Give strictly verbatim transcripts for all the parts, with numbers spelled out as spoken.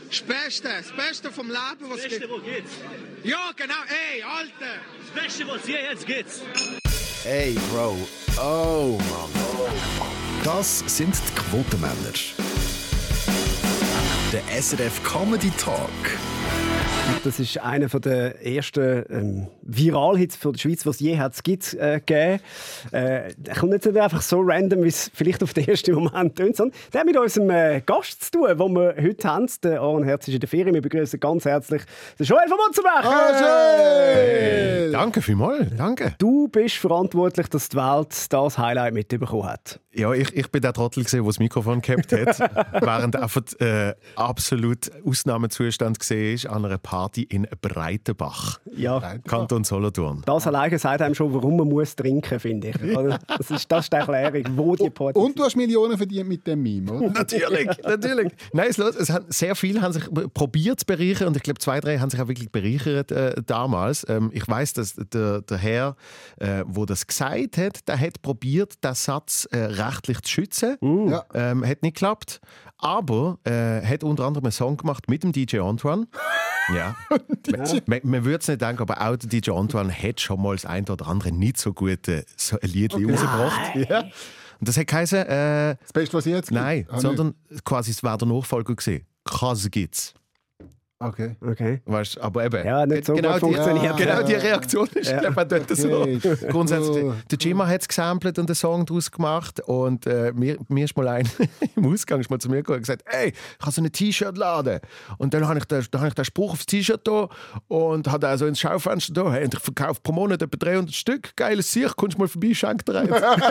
Das Beste, das Beste vom Leben, was Das Beste, was geht's? Ja, genau, ey, Alter! Das Beste, was je jetzt geht's. Ey, Bro. Oh, Mann. Das sind die Quotenmänner. Der S R F Comedy Talk. Das ist einer der ersten ähm, Viral-Hits von der Schweiz, was es je hat gibt, äh, gegeben. Äh, der kommt nicht einfach so random, wie es vielleicht auf den ersten Moment tönt, sondern der hat mit unserem äh, Gast zu tun, den wir heute haben. Der Aaron Herz ist in der Ferien. Wir begrüßen ganz herzlich den Joel von Mutzenberg. Hey, danke vielmals, danke. Du bist verantwortlich, dass die Welt das Highlight mitbekommen hat. Ja, ich, ich bin der Trottel, der das Mikrofon gehabt hat, während einfach äh, absolut Ausnahmezustand war an einer Party in Breitenbach, ja. Kanton Solothurn. Das alleine sagt einem schon, warum man muss trinken, finde ich. Das ist, das ist die Erklärung, wo die Party Und du hast Millionen verdient mit dem Meme, oder? Natürlich, natürlich. Nein, es, es haben sehr viele haben sich probiert zu bereichern und ich glaube, zwei, drei haben sich auch wirklich bereichert äh, damals. Ähm, ich weiss, dass der, der Herr, äh, wo das gesagt hat, der hat probiert, den Satz äh, rechtlich zu schützen. Mm. Ja. Ähm, hat nicht geklappt. Aber äh, hat unter anderem einen Song gemacht mit dem D J Antoine. Ja. Man, man würde es nicht denken, aber auch der D J Antoine hat schon mal das ein oder andere nicht so gute so ein Lied okay. rausgebracht. Ja. Und das hat geheißen, äh, das Beste, was ich jetzt nein, ah, sondern nicht. Quasi es wäre der Nachfolger gewesen. Krass gibt's. Okay. okay. Weißt, aber eben, ja, nicht so genau, gut funktioniert. Die, ja, genau die Reaktion ist ja. glaube ich, dort okay. so. Grundsätzlich, der Jimmy hat es gesampelt und einen Song daraus gemacht und äh, mir, mir ist mal ein im Ausgang ist mal zu mir gekommen und gesagt, ey, ich habe so ein T-Shirt laden. Und dann habe ich, den, hab ich den Spruch aufs T-Shirt da und habe also ins Schaufenster da, hey, und ich verkaufe pro Monat etwa dreihundert Stück. Geiles Sicht, kommst du mal vorbei, schenk dir eins.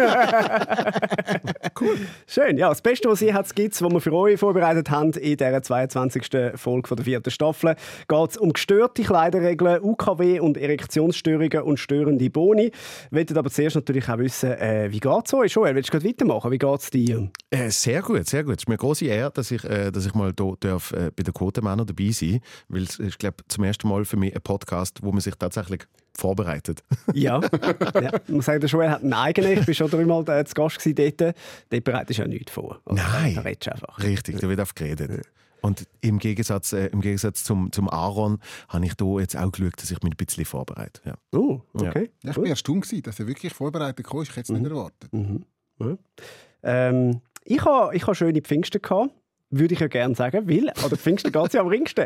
Cool. Schön, ja, das Beste, was ihr habt, gibt es, was wir für euch vorbereitet haben in dieser zweiundzwanzigsten Folge von der vierten Staffel. Geht es um gestörte Kleiderregeln, U K W und Erektionsstörungen und störende Boni. Wir wollten aber zuerst natürlich auch wissen, äh, wie geht es euch? Joel, willst du gerade weitermachen? Wie geht es dir? Äh, sehr gut, sehr gut. Es ist mir eine grosse Ehre, dass ich, äh, dass ich mal hier darf, äh, bei den Quotenmännern dabei sein darf. Weil es ist, glaube ich, zum ersten Mal für mich ein Podcast, wo man sich tatsächlich vorbereitet. Ja, ja. Ich muss sagen, der Joel hat einen eigenen. Ich war schon dreimal äh, zu Gast dort. Dort bereitest du ja nichts vor. Also, Nein, da redest du einfach. Richtig, da wird oft geredet. Ja. Und im Gegensatz, äh, im Gegensatz zum, zum Aaron habe ich hier jetzt auch geschaut, dass ich mich ein bisschen vorbereite. Ja. Oh, okay. Ja. Ich war erstaunt, dass er wirklich vorbereitet kam. Ich hätte es mhm. nicht erwartet. Mhm. Ja. Ähm, ich hatte ich ha schöne Pfingsten gehabt. Würde ich ja gerne sagen, weil an der Pfingsten geht es ja am ringsten.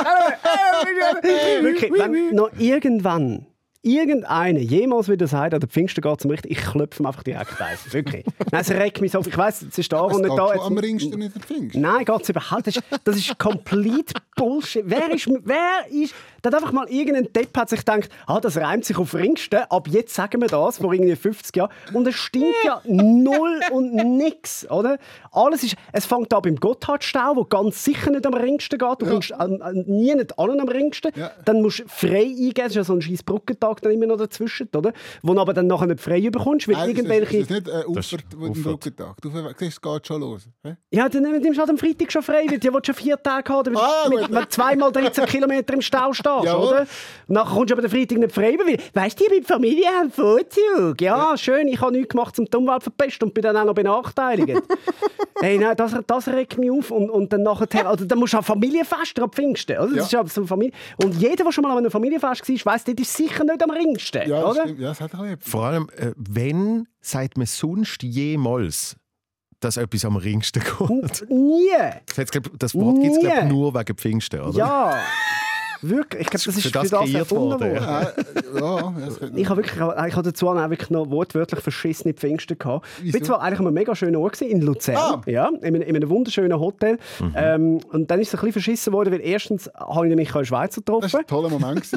Wirklich, wenn noch irgendwann irgendeiner jemals wieder sagt, an der Pfingsten geht es am Richtig, ich klopfe ihm einfach direkt eins. Wirklich. Nein, es regt mich so. Ich weiss, es ist da und nicht da. Jetzt am ringsten nicht der Pfingsten? Nein, geht es überhaupt nicht. Das ist komplett Bullshit. Wer ist... Wer ist da hat einfach mal irgendein Depp hat sich gedacht, ah, das reimt sich auf Ringsten, ab jetzt sagen wir das, vor irgendwie fünfzig Jahren. Und es stimmt ja null und nix, oder? Alles ist... Es fängt an beim Gotthardstau, wo ganz sicher nicht am Ringsten geht. Du ja. kommst an, an, nie nicht an am Ringsten. Ja. Dann musst du frei eingeben. Das ist ja so ein scheiß Brückentag dann immer noch dazwischen, oder? Wo du aber dann nachher nicht frei bekommst, weil Nein, irgendwelche... Das ist nicht ein Ufert mit dem Brückentag. Du siehst, es geht schon los. He? Ja, dann nimmst du halt am Freitag schon frei, weil du willst schon vier Tage haben, ah, mit, mit zweimal dreizehn Kilometer im Stau stehst, oder? Und nachher kommst du aber den Freitag nicht frei, weil, weißt du, die mit der Familie haben Vorzug. Ja, ja, schön, ich habe nichts gemacht, um die Umwelt zu verpesten und bin dann auch noch benachteiligt. Hey, nein, das, das regt mich auf. Und, und dann nachher, also, dann musst du an Familienfest am Pfingsten, oder? Das ja. ist so Familie. Und jeder, der schon mal an einem Familienfest war, weiss, das ist sicher nicht am ringsten, ja, oder? Ja, das hat er erlebt. Vor allem, äh, wenn, sagt man sonst jemals, dass etwas am ringsten geht? Nie! Das, das Wort gibt es nur wegen Pfingsten, oder? Ja! Wirklich, ich glaube, das ist für das, das erfunden worden. Ja. Ja, ich habe wirklich, ich habe dazu auch wirklich noch wortwörtlich verschissene Pfingsten gehabt. Ich war zwar eigentlich an einem mega schönen Ort in Luzern, ah. ja, in, in einem wunderschönen Hotel. Mhm. Ähm, und dann ist es ein bisschen verschissen worden, weil erstens habe ich nämlich einen Schweizer getroffen. Das war ein toller Moment.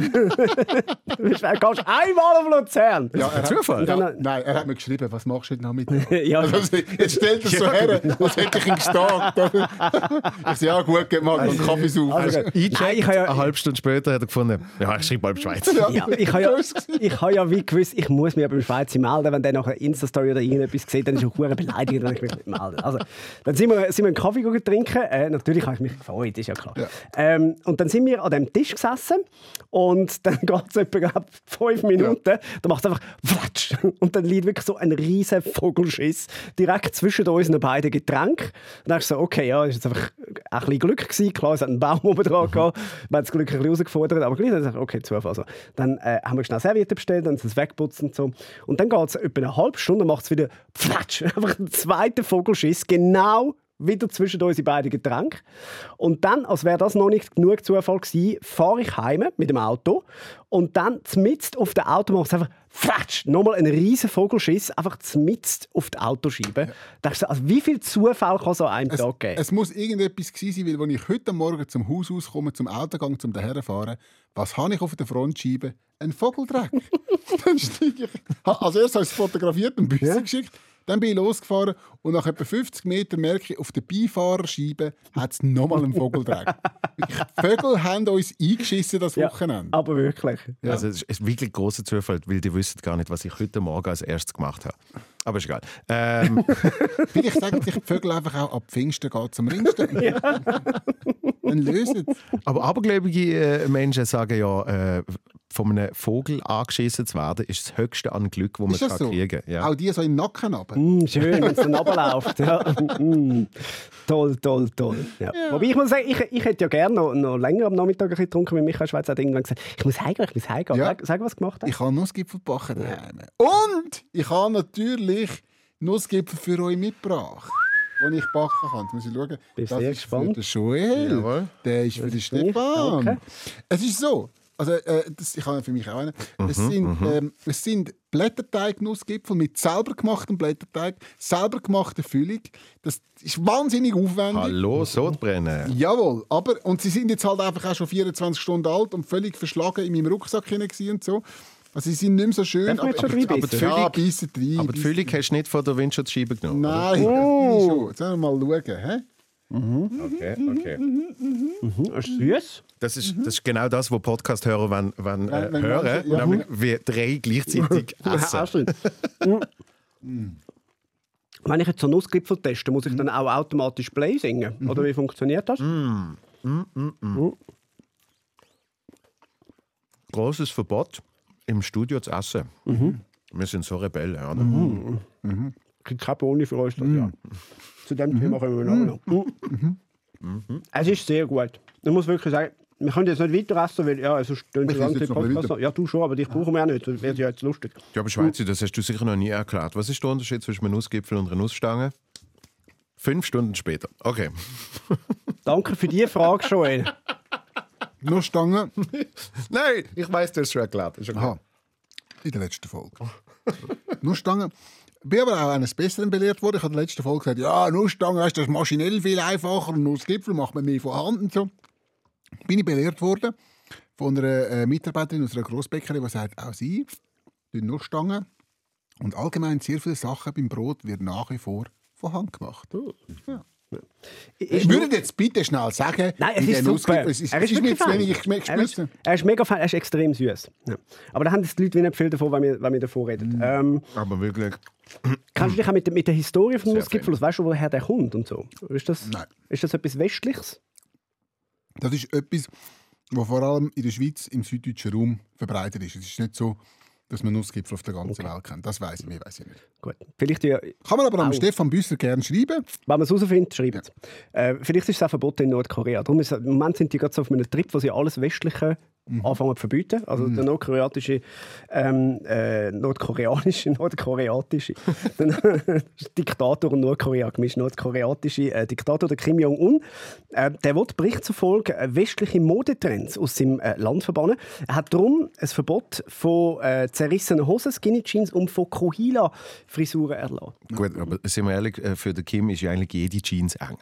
Du gehst einmal auf Luzern. Ja, er Zufall? Dann, ja, nein, er hat mir geschrieben, was machst du heute Nachmittag? Ja. Also, jetzt stellt er so ja. her, als hätte ich ihn gestalkt. Ich sage, ja gut, geht mal einen Kaffee saufen. Also, nein, ich habe ja eine halbe Stunde später hat er gefunden, ja, ich schreibe mal in Schweiz. Ja, ja, ich habe ja, ich habe ja wie gewusst, ich muss mich beim Schweizer melden, wenn der nach einer Insta-Story oder irgendetwas sieht, dann ist er auch beleidigt, wenn ich mich nicht melde. Also, dann sind wir, sind wir einen Kaffee trinken. Äh, natürlich habe ich mich gefreut, ist ja klar. Ja. Ähm, und dann sind wir an diesem Tisch gesessen und dann geht es etwa fünf Minuten, ja. dann macht es einfach Flatsch und dann liegt wirklich so ein riesen Vogelschiss direkt zwischen unseren beiden Getränken. Und dann dachte ich so, okay, ja, ist jetzt einfach ein bisschen Glück gewesen. Klar, es hat einen Baum oben dran gehabt. Wir haben das Glück ein bisschen herausgefordert, aber gleich dann gesagt, okay, Zufall. Also. Dann äh, haben wir schnell Servietten bestellt, dann es wegputzt und so. Und dann geht es etwa eine halbe Stunde, macht es wieder Pflatsch. Einfach ein zweiter Vogelschiss, genau wieder zwischen unsere beiden Getränke. Und dann, als wäre das noch nicht genug Zufall gewesen, fahre ich heim mit dem Auto und dann zmitzt auf der Auto macht es einfach Fratsch! Nochmal ein riesen Vogelschiss, einfach zmitzt auf die Autoscheibe. Ja. Da also, wie viel Zufall kann so einem es, Tag geben? Es muss irgendetwas gewesen sein, weil als ich heute Morgen zum Haus auskomme, zum Autogang, zum daherfahren, was habe ich auf der Frontscheibe? Ein Vogeldreck. Dann steige ich. Als erstes habe ich es fotografiert und Büsse ja. geschickt. Dann bin ich losgefahren und nach etwa fünfzig Metern merke ich, auf der Beifahrerscheibe hat es nochmal einen Vogeldreck. Vögel haben uns eingeschissen das Wochenende. Ja, aber wirklich. Ja. Also es ist wirklich ein grosser Zufall, weil die wissen gar nicht, was ich heute Morgen als erstes gemacht habe. Aber ist egal. Ähm. Vielleicht sagen sich die Vögel einfach auch, ab Pfingsten geht zum Ringstein. Ja. Dann lösen es. Aber abergläubige äh, Menschen sagen ja, äh, von einem Vogel angeschissen zu werden, ist das höchste an Glück, das man kann so? kriegen kann. Ja. Auch die so in den Nacken runter? Mm, schön, wenn es dann runterläuft. Ja. Mm. Toll, toll, toll. Ja. Ja. Wobei ich muss sagen, ich, ich hätte ja gerne noch, noch länger am Nachmittag ein bisschen getrunken, weil Michael Schweiz hat irgendwann gesagt, ich muss heimgehen, ich muss heimgehen. Ja. Sag, sag, was du gemacht hast. Ich habe Nussgipfel gebacken daheim. Und ich habe natürlich Nussgipfel für euch mitgebracht, die ich backen kann. Jetzt muss ich schauen. Bin das sehr ist gespannt. für den Joel. Jawohl. Der ist für den Stefan. Okay. Es ist so. Also, äh, das, ich habe für mich auch einen. Mhm, es, sind, ähm, es sind Blätterteig-Nussgipfel mit selber gemachtem Blätterteig, selber gemachter Füllung. Das ist wahnsinnig aufwendig. Hallo, Sodbrennen. Jawohl, aber und sie sind jetzt halt einfach auch schon vierundzwanzig Stunden alt und völlig verschlagen in meinem Rucksack hinein und so. Also sie sind nicht mehr so schön. Aber, aber, schon aber die Füllung, ja, bisschen rein, aber die Füllung hast du nicht von der Windschutzscheibe genommen? Nein, oh. schon. Jetzt wollen wir mal schauen. Hä? Mhm. Okay, okay. Mhm. Ist süß? Das ist, das ist genau das, was Podcast-Hörer wollen, wollen, äh, Wenn- wenn hören, Menschen- ja. nämlich wie drei gleichzeitig essen. Wenn ich jetzt so Nussgipfel teste, muss ich dann auch automatisch Play singen? Mhm. Oder wie funktioniert das? Mm, mm, mm, mm. Grosses Verbot, im Studio zu essen. Mhm. Wir sind so Rebellen. Oder? Mhm. Mhm. Ich kriege keine Bohne für uns das Jahr. Zu dem Thema kommen wir nachher noch. Mhm. Mhm. Es ist sehr gut. Ich muss wirklich sagen, wir können jetzt nicht weiter essen, weil ja, sonst tun Ich die esse ganze jetzt noch ein bisschen Podcast. Ja, du schon, aber dich brauchen wir auch nicht. Das wäre ja jetzt lustig. Ja, aber Schweizer, das hast du sicher noch nie erklärt. Was ist der Unterschied zwischen einem Nussgipfel und einer Nussstange? Fünf Stunden später. Okay. Danke für diese Frage, Joel. Nussstangen. Nein, ich weiss, du hast es schon erklärt. Ist okay. Aha. In der letzten Folge. Nussstangen. Ich bin aber auch eines Besseren belehrt worden. Ich habe in der letzten Folge gesagt, ja, Nussstangen, weißt, das ist maschinell viel einfacher und Nussgipfel macht man mehr von Hand und so. Bin ich belehrt worden von einer äh, Mitarbeiterin aus einer Grossbäckerei, die sagt, auch sie tun Nussstangen. Und allgemein sehr viele Sachen beim Brot werden nach wie vor von Hand gemacht. Ja. Ich würde jetzt bitte schnell sagen, Nein, es wie ist der super. Nussgipfel- Es ist, Er es ist mir wirklich zu fein. wenig, ich schmecke Er ist, es. er ist mega fein, er ist extrem süß. Ja. Aber da haben die Leute wie nicht viel davon, wenn wir, wenn wir davon reden. Mm. Ähm, Aber wirklich. Kannst du dich auch mit, der- mit der Historie vom Sehr Nussgipfel, weißt du, woher der kommt und so? Ist das, Nein. ist das etwas Westliches? Das ist etwas, was vor allem in der Schweiz im süddeutschen Raum verbreitet ist. Es ist nicht so, dass man Nussgipfel auf der ganzen Okay. Welt kennt. Das weiß ich, mehr weiß ich nicht. Gut. Vielleicht, ja, Kann man aber am Au. Stefan Büsser gerne schreiben. wenn man es herausfindet, schreibt es. Äh, vielleicht ist es auch verboten in Nordkorea. Darum ist, Im Moment sind die gerade so auf einem Trip, wo sie alles Westliche Mhm. anfangen zu verbieten. Also der nordkoreanische, ähm, äh, nordkoreanische, nordkoreanische der Diktator und Nordkorea gemischt, nordkoreanische äh, Diktator, der Kim Jong-un, äh, der will Bericht zufolge äh, westliche Modetrends aus seinem äh, Land verbannen. Er hat darum ein Verbot von äh, zerrissenen Hosen, Skinny Jeans und von Kohila-Frisuren erlassen. Gut, aber sind wir ehrlich, äh, für den Kim ist ja eigentlich jede Jeans eng.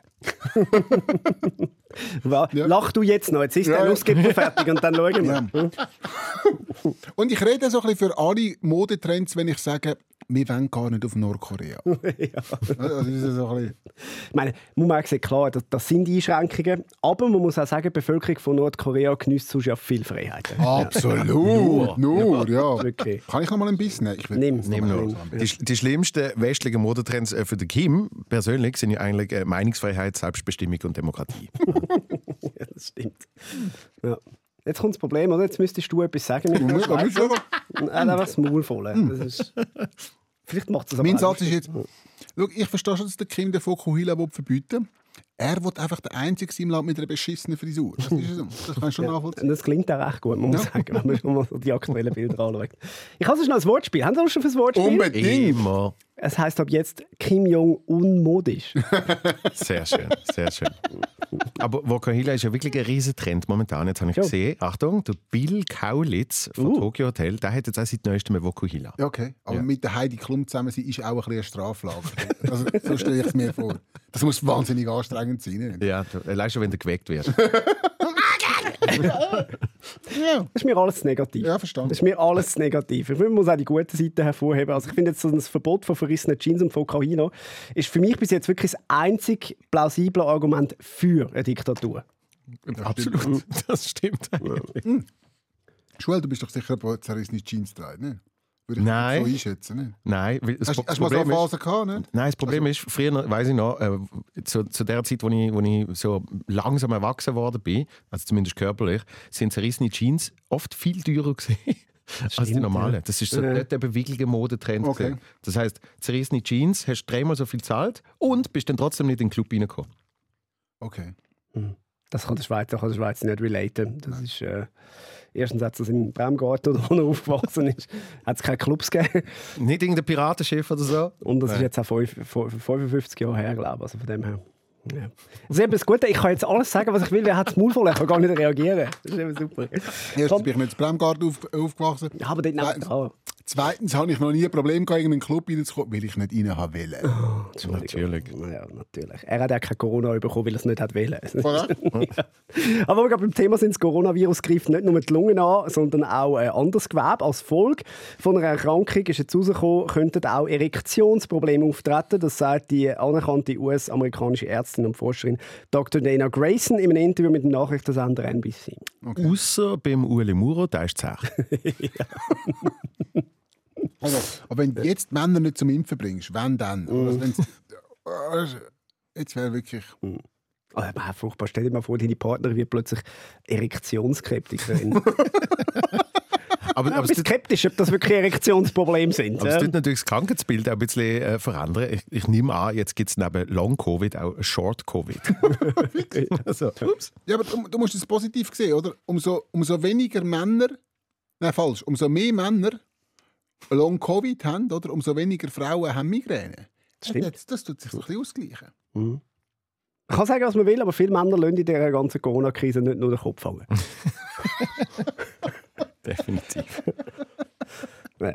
Ja. Lach du jetzt noch, jetzt ist Ja, der ja. Nussgipfel fertig und dann schauen wir. Ja. Und ich rede so ein bisschen für alle Modetrends, wenn ich sage, wir wollen gar nicht auf Nordkorea. Ja. Also das ist so ein bisschen Ich meine, muss man auch sagen, klar, das, das sind Einschränkungen, aber man muss auch sagen, die Bevölkerung von Nordkorea genießt sonst ja viel Freiheiten. absolut. Nur, ja. Wirklich. Kann ich noch mal ein bisschen? Ich will Nimm, jetzt nimm noch mal noch. haben. Die, die schlimmsten westlichen Modetrends äh, für den Kim persönlich sind ja eigentlich äh, Meinungsfreiheit, Selbstbestimmung und Demokratie. Ja, das stimmt. Ja. Jetzt kommt das Problem, oder? Jetzt müsstest du etwas sagen. Mit Moment, dem Moment, Moment. Nein, einfach das Maul voll. Das ist... Vielleicht macht es aber Mein auch Satz ist lustig. jetzt, schau, ich verstehe schon, dass der Kim den Fokuhila verbieten will. er will einfach der Einzige sein im Land mit einer beschissenen Frisur. Das ist so. Das kannst du schon Ja, nachvollziehen. das klingt auch recht gut, muss man Ja. sagen, wenn man schon mal so die aktuellen Bilder anschaut. Ich habe sonst noch ein Wortspiel. Haben Sie Lust auf ein Wortspiel? Unbedingt. Immer. Es heisst ab jetzt Kim Jong-un modisch. Sehr schön, sehr schön. Aber Vokuhila ist ja wirklich ein riesen Trend momentan. Jetzt habe ich Ja. gesehen, Achtung, der Bill Kaulitz vom Uh. Tokyo Hotel, der hat jetzt auch seit neuestem ein Vokuhila. Ja, okay. Aber Ja. mit der Heidi Klum zusammen sein ist auch ein bisschen eine Straflage. Also, so stelle ich es mir vor. Das muss wahnsinnig anstrengend sein. Nicht? Ja, du- allein schon, wenn du geweckt wirst. Ja, Das ist mir alles zu negativ. ja, verstanden. Das ist mir alles zu negativ. Ich muss auch die guten Seiten hervorheben. Also ich finde jetzt so ein Verbot von verrissenen Jeans und von Vokuhila ist für mich bis jetzt wirklich das einzig plausible Argument für eine Diktatur. Absolut, das stimmt. Schule, du bist doch sicher ein zerrissene Jeans tragen, ne? Würde ich Nein. so einschätzen, ne? Nein, weil das Hast, Pro- hast du mal so eine Problem ist- Phase gehabt, ne? Nein, das Problem ist, früher, weiss ich noch, äh, zu, zu der Zeit, wo ich, wo ich so langsam erwachsen worden bin, also zumindest körperlich, sind zerrissene Jeans oft viel teurer gewesen als die stimmt, normalen. ja. Das ist so Ja. dort der bewegliche Modetrend. Okay. gewesen. Das heisst, zerrissene Jeans, hast dreimal so viel gezahlt und bist dann trotzdem nicht in den Club reingekommen. Okay. Das kann der Schweizer, kann der Schweizer nicht relaten. Das ist, äh, erstens hat es das im Bremgarten, oder wo er aufgewachsen ist, hat es keine Clubs gegeben. Nicht irgendein Piratenschiff oder so. Und das ist Nein. jetzt auch fünf- fünf- fünfundfünfzig Jahre her, glaube ich. Also von dem her. Ja. Das ist eben das Gute, ich kann jetzt alles sagen, was ich will. Wer hat das Maul voll? Ich kann gar nicht reagieren. Das ist eben super. Erstens bin ich nicht in Bremgarten auf, aufgewachsen. Ja, aber dort Zweitens, nebenan. zweitens habe ich noch nie ein Problem gehabt, in einen Club reinzukommen, weil ich nicht rein haben wollte. Natürlich. Ja, natürlich. Er hat auch kein Corona bekommen, weil er es nicht hat wollen. Korrekt. Ja. Aber gerade beim Thema sind, das Coronavirus greift nicht nur die Lungen an, sondern auch ein anderes Gewebe. Als Folge von einer Erkrankung ist jetzt herausgekommen, könnten auch Erektionsprobleme auftreten. Das sagt die anerkannte U S-amerikanische Ärztin und Forscherin Doktor Dana Grayson in einem Interview mit dem Nachrichtensender N B C. Außer beim Ueli Muro, der ist zäh. Also, aber wenn du jetzt die Männer nicht zum Impfen bringst, wenn dann? Also, wenn's, jetzt wäre wirklich... Oh, man, furchtbar. Stell dir mal vor, deine Partnerin wird plötzlich Erektionsskeptikerin. Aber, Ich aber, bin es tut, skeptisch, ob das wirklich Erektionsprobleme sind. aber es ja. tut natürlich das Krankheitsbild auch ein bisschen äh, verändern. Ich, ich nehme an, jetzt gibt es neben Long-Covid auch Short-Covid. also, ups. Ja, aber du, du musst es positiv sehen, oder? Umso, umso weniger Männer... Nein, falsch. Umso mehr Männer Long-Covid haben, oder? Umso weniger Frauen haben Migräne. Stimmt. Jetzt, das tut sich so ein bisschen ausgleichen. Man kann sagen, was man will, aber viele Männer lassen in dieser ganzen Corona-Krise nicht nur den Kopf fangen. Definitiv. Ja.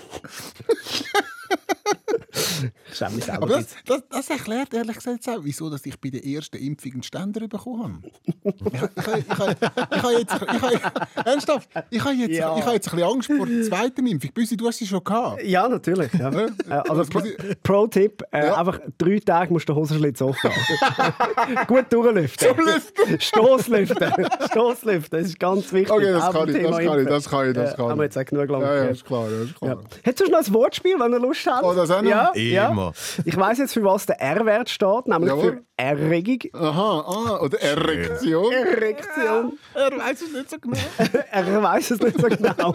Ich schäme mich selber Aber ein das, das, das erklärt ehrlich gesagt auch, wieso dass ich bei der ersten Impfung einen Ständer bekommen habe. Ich, ich, ich, ich, ich habe jetzt, ich habe, ernsthaft, ich habe jetzt, Ja. ich habe jetzt ein bisschen Angst vor der zweiten Impfung. Büsi, du hast sie schon gehabt. Ja, natürlich. Ja. Äh, also Das Pro- muss ich- Pro-Tipp, äh, Ja. einfach drei Tage musst du den Hosenschlitz offen haben. Gut durchlüften. Zum Lüften. Stoßlüften. Stoßlüften, das ist ganz wichtig. Okay, das Auch kann beim ich, das Thema kann ich, Impfen. das kann ich, das Äh, kann Haben wir ich. jetzt auch genug lang Ja, ja, gehört. ist klar, ja, ist klar. Ja. Hättest du noch ein Wortspiel, wenn ihr Lust habt? Oh, das auch noch? Ja, Immer. ja. Ich weiss jetzt, für was der R-Wert steht, nämlich Jawohl. für Erregung. Aha, ah, oder Erektion. Erektion. Er weiß es nicht so genau. Er weiss es nicht so genau.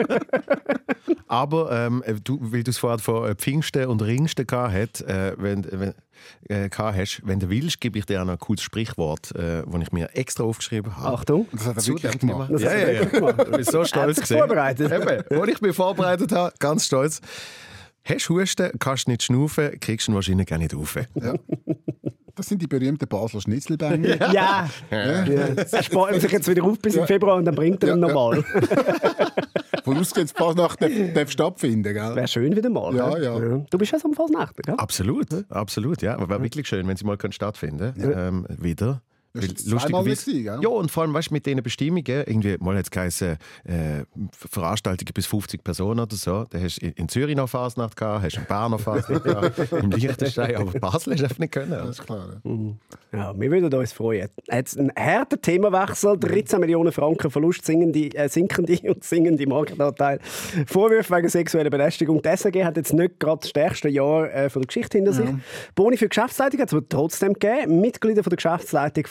Aber ähm, du, weil du es vorher von äh, Pfingsten und Ringsten gehabt hast, äh, wenn, wenn, äh, gehabt hast, wenn du willst, gebe ich dir auch noch ein cooles Sprichwort, äh, das ich mir extra aufgeschrieben habe. Achtung. Das hat er Zu wirklich dem Thema. gemacht. Das Ja, hat ja, er ja. wirklich gemacht. Ich bin so Er hat stolz sich gewesen. vorbereitet. Eben, als ich mich vorbereitet habe, ganz stolz. Hast du Husten, kannst nicht schnaufen, kriegst du ihn wahrscheinlich gar nicht rauf. Das sind die berühmten Basler Schnitzelbänge. Ja. ja. Er spart sich jetzt wieder auf bis im Februar und dann bringt er ihn Ja, ja. nochmal. Vorausgesetzt, Fasnacht darf, darf stattfinden, gell? Wäre schön wieder mal. Ja, ne? ja. Du bist ja so am Fasnachten, gell? Absolut, absolut, ja. Aber wäre wirklich schön, wenn sie mal können stattfinden ähm, wieder. Das Weil ist jetzt zweimal nicht gewesen, gell? ja, und vor allem weißt, mit diesen Bestimmungen, irgendwie, mal hat es geheißen, äh, Veranstaltungen bis fünfzig Personen oder so. Da hast du in Zürich noch Fasnacht gehabt, hast in Bern noch Fasnacht gehabt, im Liechtenstein, aber Basel hast du einfach nicht können. Das ist klar. Ja. Ja, wir würden uns freuen. Jetzt ein harter Themawechsel, dreizehn Millionen Franken Verlust, singende, äh, sinkende und singende Marktanteil. Vorwürfe wegen sexueller Belästigung. Die S R G hat jetzt nicht gerade das stärkste Jahr äh, von der Geschichte hinter sich. Boni für die Geschäftsleitung hat es aber trotzdem gegeben. Mitglieder von der Geschäftsleitung von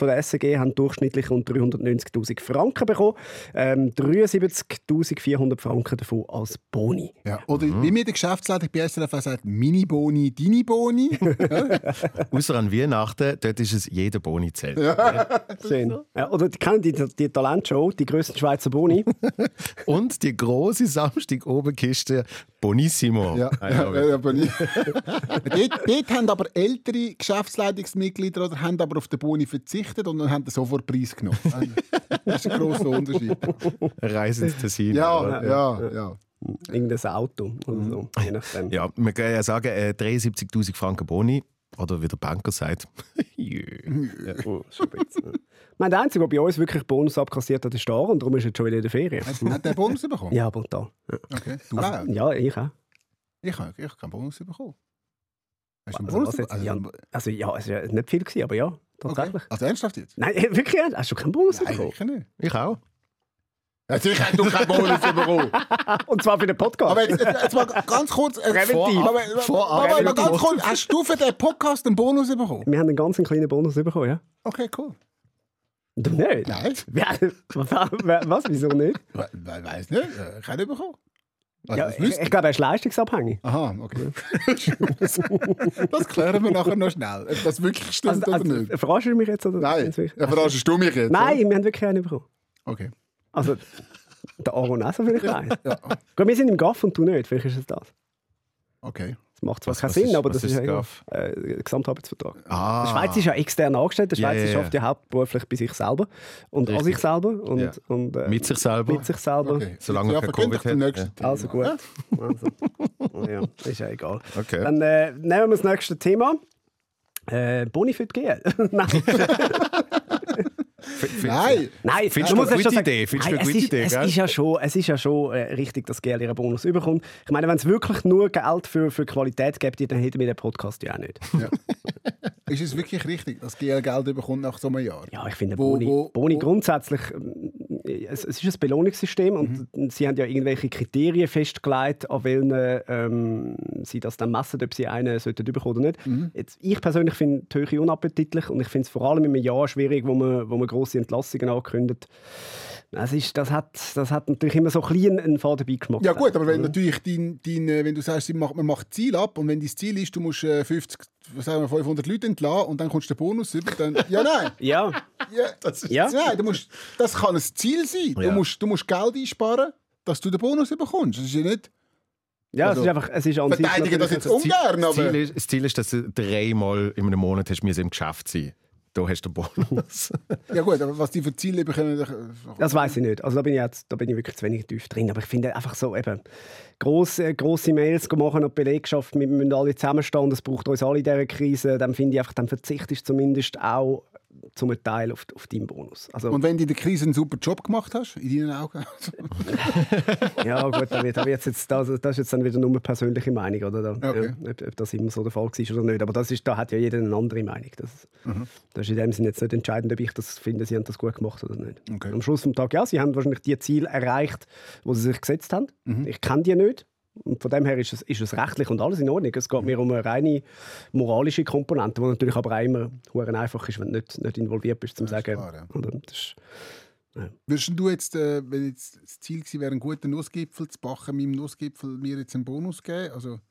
der S G haben durchschnittlich rund dreihundertneunzigtausend Franken bekommen. Ähm, dreiundsiebzigtausendvierhundert Franken davon als Boni. Ja. Oder wie mir der Geschäftsleitung bei S R F auch sagt, Mini-Boni, Dini-Boni. Außer an Weihnachten, dort ist es jeder Boni zählt. Schön. Ja, oder die kennen die, die Talentshow, die grössten Schweizer Boni. Und die große Samstag-Oben-Kiste Bonissimo. Ja, ja, ja, Boni. dort, dort haben aber ältere Geschäftsleitungsmitglieder oder haben aber auf den Boni verzichtet und dann haben den Sofortpreis genommen. Das ist ein grosser Unterschied. Reise ins Tessin. Ja, ja, ja. ja. Irgendein Auto oder so, je nachdem. Ja, man kann ja sagen, äh, dreiundsiebzigtausend Franken Boni. Oder wie der Banker sagt. Ja. Oh, spitz, ne? Mein der Einzige, der bei uns wirklich Bonus abkassiert hat, ist der Aaron, und darum ist er jetzt schon wieder in der Ferien. Hat, hat der Bonus bekommen? Ja, brutal. Ja. Okay. Du auch? Ja, ich auch. Ich habe ich hab keinen Bonus bekommen. Hast du einen Also, Bonus was jetzt? bekommen? Ja, also ja, es war nicht viel, gewesen, aber ja, tatsächlich. Okay. Also ernsthaft jetzt? Nein, wirklich? Hast du keinen Bonus Nein, bekommen? sicher nicht. Ich auch. Ja, sicher hast du keinen Bonus bekommen. Und zwar für den Podcast. Aber jetzt, jetzt, jetzt mal ganz kurz. Äh, Präventiv. vor- Aber, Vorab. aber, aber ganz kurz. Hast du für den Podcast einen Bonus bekommen? Wir haben einen ganz kleinen Bonus bekommen, ja? Okay, cool. Du nicht? Nein. Wer- Was? Wieso nicht? We we weiss nicht. Äh, Keiner bekommen. Also, Ja, das ich, wüsste ich glaube, er ist leistungsabhängig. Aha, okay. Das klären wir nachher noch schnell. Ob das wirklich stimmt Also, oder also, nicht. verarschst du mich jetzt? Oder? Nein. Ja, verarschst du mich jetzt? Nein, wir haben wirklich einen bekommen. Oder? Okay. Also, der Aaron auch so vielleicht eins. Ja. Gut, wir sind im Gaff und du nicht. Vielleicht ist es das. Okay. Das macht zwar Was- keinen was Sinn, ist- aber was das ist ist ja Gaff? äh, Gesamtarbeitsvertrag. Ah. Der Schweiz ist ja extern angestellt. Der Ja, Schweiz ja, ja. schafft ja hauptberuflich bei sich selber und an Richtig. sich selber. Und, Ja. und, äh, Mit sich selber. Mit sich selber. Okay. Solange ja, er kein verkündet Covid zum hat. nächsten Ja. Thema. Also gut. Also, ja, ist ja egal. Okay. Dann äh, nehmen wir das nächste Thema. Äh, Boni für die G L. Nein, Nein. nein. Findest man du muss eine ja gute schon sagen- Idee? Findest du Nein, eine es gute ist, Idee, Es gell? ist ja schon, es ist ja schon äh, richtig, dass G L ihren Bonus überkommt. Ich meine, wenn es wirklich nur Geld für, für Qualität gibt, dann hätten wir den Podcast ja auch nicht. Ja. Ist es wirklich richtig, dass G L Geld bekommt nach so einem Jahr? Ja, ich finde Wo- Boni, wo- Boni wo- grundsätzlich, ähm, es, es ist ein Belohnungssystem und Mhm. sie haben ja irgendwelche Kriterien festgelegt, an welchen ähm, sie das dann messen, ob sie einen sollten bekommen oder nicht. Mhm. Jetzt, ich persönlich finde die Höhe unappetitlich und ich finde es vor allem in einem Jahr schwierig, wo man, wo man grosse Entlassungen ankündigt. Das, ist, das, hat, das hat natürlich immer so ein bisschen einen faden Beigeschmack. Ja gut, aber wenn natürlich dein, dein, äh, wenn du sagst, man macht, man macht Ziel ab und wenn dein Ziel ist, du musst äh, fünfzig, was sagen wir, fünfhundert Leute entlassen und dann kommst du den Bonus über, dann ja nein, Ja, ja, das, ist, Ja. nein, du musst, das kann ein Ziel sein. Du, Ja. musst, du musst Geld einsparen, dass du den Bonus bekommst. Das ist ja nicht ja Also, es ist einfach, es ist an sich verteidigen das natürlich- jetzt ungern, Das Ziel, aber ist, das Ziel ist, dass du dreimal in einem Monat hast, im Geschäft sein. Da hast du den Bonus. ja gut, aber was die für Ziele bekommen, Das weiß ich nicht. Also da bin ich, jetzt, da bin ich wirklich zu wenig tief drin. Aber ich finde einfach so eben grosse, grosse Mails machen an die Belegschaft, wir müssen alle zusammenstehen, das braucht uns alle in dieser Krise. Dann finde ich einfach, dann verzichtest du zumindest auch zum Teil auf, auf deinen Bonus. Also, und wenn du in der Krise einen super Job gemacht hast, in deinen Augen, ja gut, da wird, da wird's jetzt, das, das ist jetzt dann wieder nur eine persönliche Meinung, oder? Da, Okay. ja, ob, ob das immer so der Fall war oder nicht. Aber das ist, da hat ja jeder eine andere Meinung. Das, Mhm. das ist in dem Sinne jetzt nicht entscheidend, ob ich das finde, sie haben das gut gemacht oder nicht. Okay. Am Schluss des Tages, ja, sie haben wahrscheinlich die Ziele erreicht, die sie sich gesetzt haben. Mhm. Ich kenne die nicht. Und von dem her ist es, ist es rechtlich und alles in Ordnung. Es geht mir um eine reine moralische Komponente, die natürlich aber auch immer verdammt einfach ist, wenn du nicht, nicht involviert bist, zum Ja, ist sagen. klar, ja. Oder, das ist, würdest du jetzt, äh, wenn jetzt das Ziel gewesen wäre, einen guten Nussgipfel zu backen, meinem Nussgipfel mir jetzt einen Bonus geben? Also,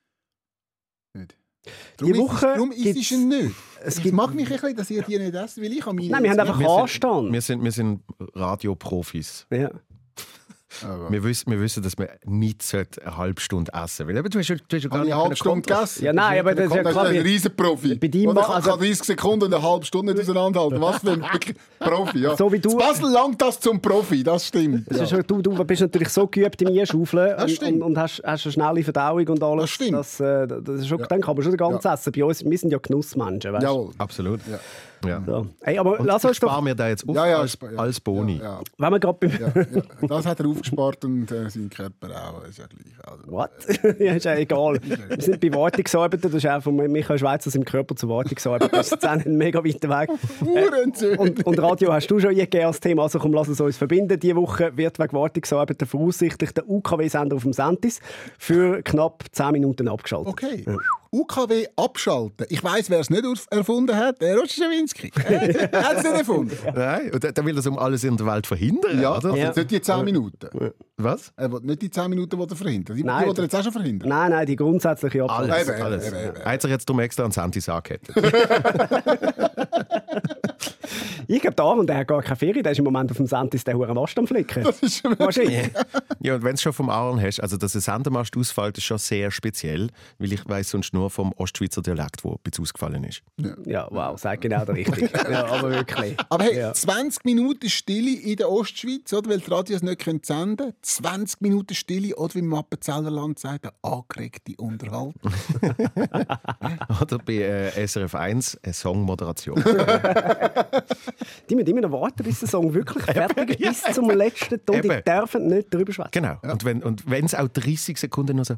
nicht. Darum Woche ist, darum ist gibt's- es ihn nicht. es Es gibt- macht mich ein bisschen, dass ihr die nicht essen, weil ich habe meine... Nein, wir haben einfach Wir sind- Anstand. Wir sind, wir sind Radioprofis. Ja. Aber Wir wissen, wir wissen, dass man nicht eine halbe Stunde essen sollte. Weil eben, du hast, ja- du hast ja gar habe ich nicht eine halbe können Stunde kontrollieren. gegessen? Ja, nein, aber das ist ja Das klar, ist ein wie- Riesenprofi. bei deinem Oder Ma- kann, also- kann dreißig Sekunden und eine halbe Stunde nicht auseinanderhalten. Was für ein wirklich Profi. Ja. So wie du- Das Basel langt das zum Profi, das stimmt. Das Ja. ist, ja- du, du bist natürlich so geübt im Einschaufeln Das und, stimmt. und, und hast, hast eine schnelle Verdauung und alles. Das stimmt. Das, äh, das ist schon, Ja. Dann kann man schon ganz Ja. essen. Bei uns, wir sind ja Genussmenschen. Weißt? Jawohl. Absolut. Ja. Ja. So. Hey, aber Und lass ich uns doch, spare mir da jetzt auf Ja, ja, als, spa- ja. als Boni. Ja, ja. wenn wir gerade beim... Ja, ja. Das hat er aufgespart und äh, sein Körper auch. Ist ja gleich. Also, What? Ja, ist ja egal. Wir sind bei Wartungsarbeiten, das ist auch von Michael Schweizer im Körper zur Wartungsarbeit. Das ist jetzt auch nicht ein mega weiter Weg. Uhrentzüge. Und, und Radio hast du schon eingegeben als Thema, also komm, lass uns uns verbinden. Diese Woche wird wegen Wartungsarbeiten voraussichtlich der U K W-Sender auf dem Sentis für knapp zehn Minuten abgeschaltet. Okay. U K W abschalten. Ich weiss, wer es nicht erfunden hat. Der Roger Schawinski. Er hat es nicht erfunden. Nein, und der will das um alles in der Welt verhindern, Ja, oder? ja. Nicht die zehn Minuten. Was? Er will nicht die zehn Minuten will er verhindern. Die, die Nein. will er jetzt auch schon verhindern. Nein, nein, die grundsätzliche Abschaltung. Alles, Eben, alles. eben, eben. Er hat sich jetzt darum extra an Santi angehört. Ich glaube, der Aaron, der hat gar keine Ferien. Der ist im Moment auf dem Sentis der Huren Ast am Flicken. Das ist schon Wahrscheinlich. Ja, und wenn es schon vom Aaron hast, also dass ein Sendermast ausfällt, ist schon sehr speziell, weil ich weiss sonst nur vom Ostschweizer Dialekt, der ein bisschen ausgefallen ist. Ja, wow, sag genau der Richtige. Ja, aber wirklich. Aber hey, Ja. zwanzig Minuten Stille in der Ostschweiz, oder, weil die Radios nicht senden können. zwanzig Minuten Stille, oder wie im Appenzellerland sagt, eine angeregte Unterhaltung. Oder bei äh, S R F eins eine Songmoderation. Die müssen immer noch warten, bis der Song wirklich fertig ist, bis zum letzten Ton. Die Eben. dürfen nicht drüber schwätzen. Genau. Und wenn und es auch dreißig Sekunden nur so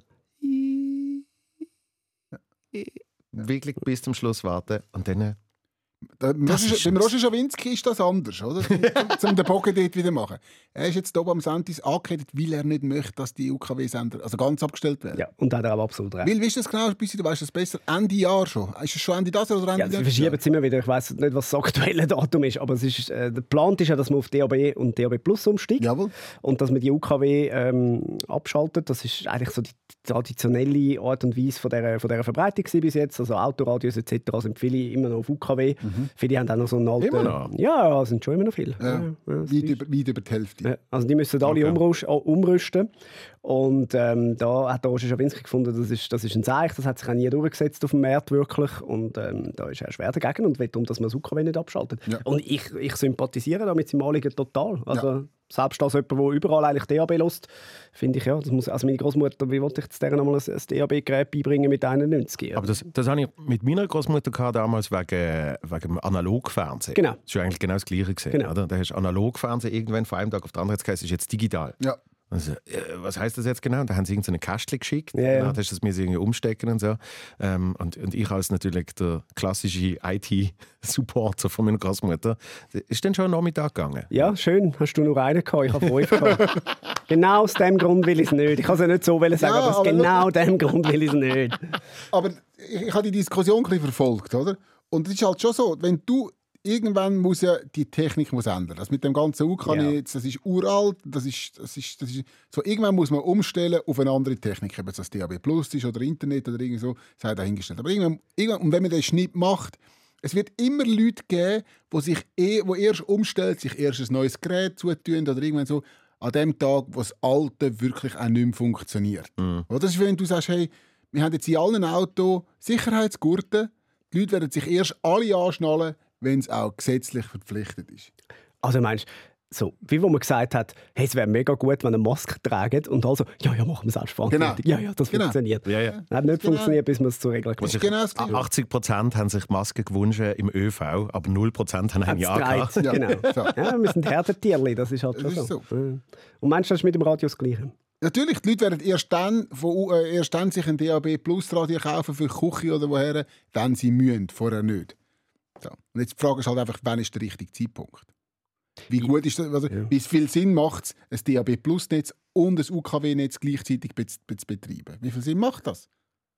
wirklich bis zum Schluss warten und dann... Da, beim Das ist Roger- beim Roger Schawinski ist das anders, oder? Um, um den Bogen dort wieder zu machen. Er ist jetzt hier am Sentis angekettet, weil er nicht möchte, dass die U K W-Sender also ganz abgestellt werden. Ja, und da hat er auch absolut recht. Weil, wie ist das genau? Du weißt das besser. Ende Jahr schon. Ist es schon Ende das oder Ende Ja, sie nächstes verschieben es immer wieder. Ich weiss nicht, was das aktuelle Datum ist, aber es ist, äh, der Plan ist ja, dass man auf D A B und D A B Plus umsteigt. Jawohl. Und dass man die U K W ähm, abschaltet. Das ist eigentlich so die traditionelle Art und Weise von dieser, von dieser Verbreitung gewesen bis jetzt. Also Autoradios et cetera sind viele immer noch auf U K W. Mhm. Viele haben auch noch so einen alten... Immer noch? Ja, ja, sind schon immer noch viele. Ja. Ja, ja, das Weit ist- über, weit über die Hälfte. Ja, also die müssen alle Okay. umrüsten, umrüsten. Und ähm, da hat der Roger Schawinski gefunden, das ist, das ist ein Zeichen, das hat sich auch nie durchgesetzt auf dem Markt wirklich. Und ähm, da ist er schwer dagegen und will darum, dass man das U K W nicht abschaltet. Ja. Und ich, ich sympathisiere da mit seinem Anliegen total. Also, selbst als jemand, der überall eigentlich D A B hört, finde ich, ja, das muss, also meine Großmutter, wie wollte ich jetzt der nochmal ein, ein D A B-Gerät beibringen mit einundneunzig? Aber das, das habe ich mit meiner Großmutter gehabt, damals wegen, wegen dem Analogfernsehen. Genau. Das war eigentlich genau das Gleiche. Gewesen, Genau. oder? Da hast du Analogfernsehen irgendwann von einem Tag auf den anderen gesagt, es ist jetzt digital. Ja. Also, äh, was heisst das jetzt genau? Da haben sie irgendeine Kästchen geschickt, Ja, ja. dann hast du das mir irgendwie umstecken und so. Ähm, und, und ich als natürlich der klassische I T-Supporter von meiner Großmutter, ist dann schon am Nachmittag gegangen. Ja, schön. Hast du nur einen gehabt? Ich habe fünf gehabt. Genau aus dem Grund will ich es nicht. Ich kann es ja nicht so sagen, Ja, aber aus aber genau dem Grund will ich es nicht. Aber ich, ich habe die Diskussion ein bisschen verfolgt, oder? Und es ist halt schon so, wenn du irgendwann muss ja die Technik muss ändern. Das mit dem ganzen U K W, Ja. jetzt, das ist uralt, das ist, das ist, das ist so. Irgendwann muss man umstellen auf eine andere Technik, ob es das D A B Plus ist oder Internet oder irgendwie so, sei dahingestellt. Aber irgendwann, irgendwann, und wenn man den Schnitt macht, es wird immer Leute geben, die sich eh, wo erst umstellen, sich erst ein neues Gerät zutun oder irgendwann so an dem Tag, wo das Alte wirklich auch nicht mehr funktioniert. Oder das ist, wenn du sagst, hey, wir haben jetzt in allen Autos Sicherheitsgurte, die Leute werden sich erst alle anschnallen, wenn es auch gesetzlich verpflichtet ist. Also meinst so, wie wo man gesagt hat, hey, es wäre mega gut, wenn eine Maske tragen und also, ja, ja, machen wir selbstverantwortlich. Genau. Ja, ja, das Genau. funktioniert. Ja, ja. Hat nicht Genau. funktioniert, bis man es zur Regel Das gemacht ist genau das Gleiche. achtzig Prozent haben sich Masken gewünscht im ÖV, aber null Prozent haben ein Ja gehabt. Ja. Genau. So. Ja, wir sind Herdentierli, das ist halt schon Das ist so. so. Ja. Und meinst du, das ist mit dem Radio das Gleiche? Natürlich, die Leute werden erst dann, von, äh, erst dann sich ein D A B Plus Radio kaufen für die Küche oder woher, dann sie mühen, vorher nicht. So. Und jetzt die Frage ist halt einfach, wann ist der richtige Zeitpunkt? Wie gut ist das? Also, Ja. Wie viel Sinn macht es, ein D A B Plus Netz und ein U K W-Netz gleichzeitig be- be- zu betreiben? Wie viel Sinn macht das?